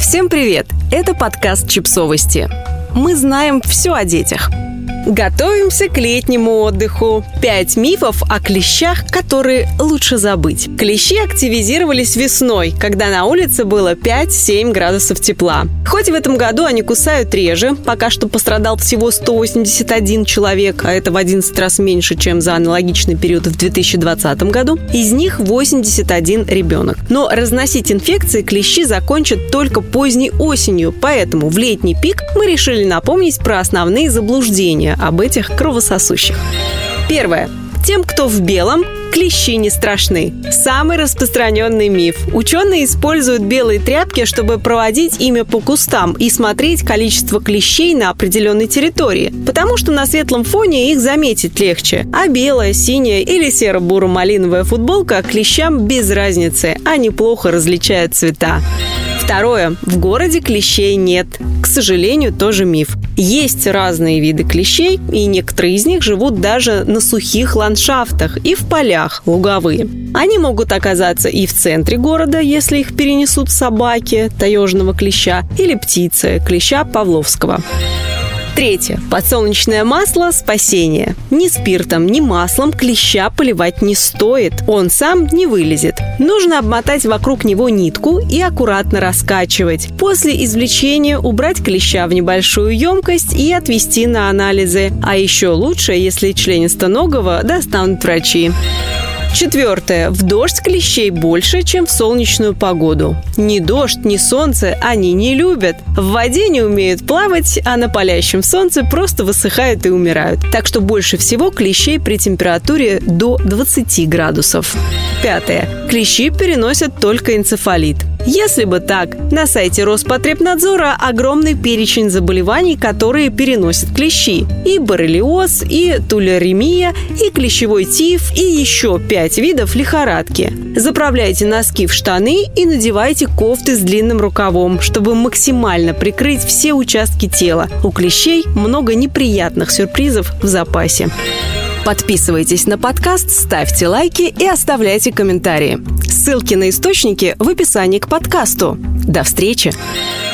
Всем привет! Это подкаст «Чипсовости». Мы знаем все о детях. Готовимся к летнему отдыху. 5 мифов о клещах, которые лучше забыть. Клещи активизировались весной, когда на улице было 5-7 градусов тепла. Хоть в этом году они кусают реже, пока что пострадал всего 181 человек, а это в 11 раз меньше, чем за аналогичный период в 2020 году. Из них 81 ребенок. Но разносить инфекции клещи закончат только поздней осенью, поэтому в летний пик мы решили напомнить про основные заблуждения об этих кровососущих. Первое. Тем, кто в белом, клещи не страшны. Самый распространенный миф. Ученые используют белые тряпки, чтобы проводить ими по кустам и смотреть количество клещей на определенной территории, потому что на светлом фоне их заметить легче. А белая, синяя или серо-буро-малиновая футболка клещам без разницы, они плохо различают цвета. Второе. В городе клещей нет. К сожалению, тоже миф. Есть разные виды клещей, и некоторые из них живут даже на сухих ландшафтах и в полях, луговые. Они могут оказаться и в центре города, если их перенесут собаки, таежного клеща, или птицы, клеща павловского. Третье. Подсолнечное масло – спасение. Ни спиртом, ни маслом клеща поливать не стоит. Он сам не вылезет. Нужно обмотать вокруг него нитку и аккуратно раскачивать. После извлечения убрать клеща в небольшую емкость и отвезти на анализы. А еще лучше, если членистоногого достанут врачи. Четвертое. В дождь клещей больше, чем в солнечную погоду. Ни дождь, ни солнце они не любят. В воде не умеют плавать, а на палящем солнце просто высыхают и умирают. Так что больше всего клещей при температуре до 20 градусов. Пятое. Клещи переносят только энцефалит. Если бы так, на сайте Роспотребнадзора огромный перечень заболеваний, которые переносят клещи. И боррелиоз, и туляремия, и клещевой тиф, и еще 5 видов лихорадки. Заправляйте носки в штаны и надевайте кофты с длинным рукавом, чтобы максимально прикрыть все участки тела. У клещей много неприятных сюрпризов в запасе. Подписывайтесь на подкаст, ставьте лайки и оставляйте комментарии. Ссылки на источники в описании к подкасту. До встречи!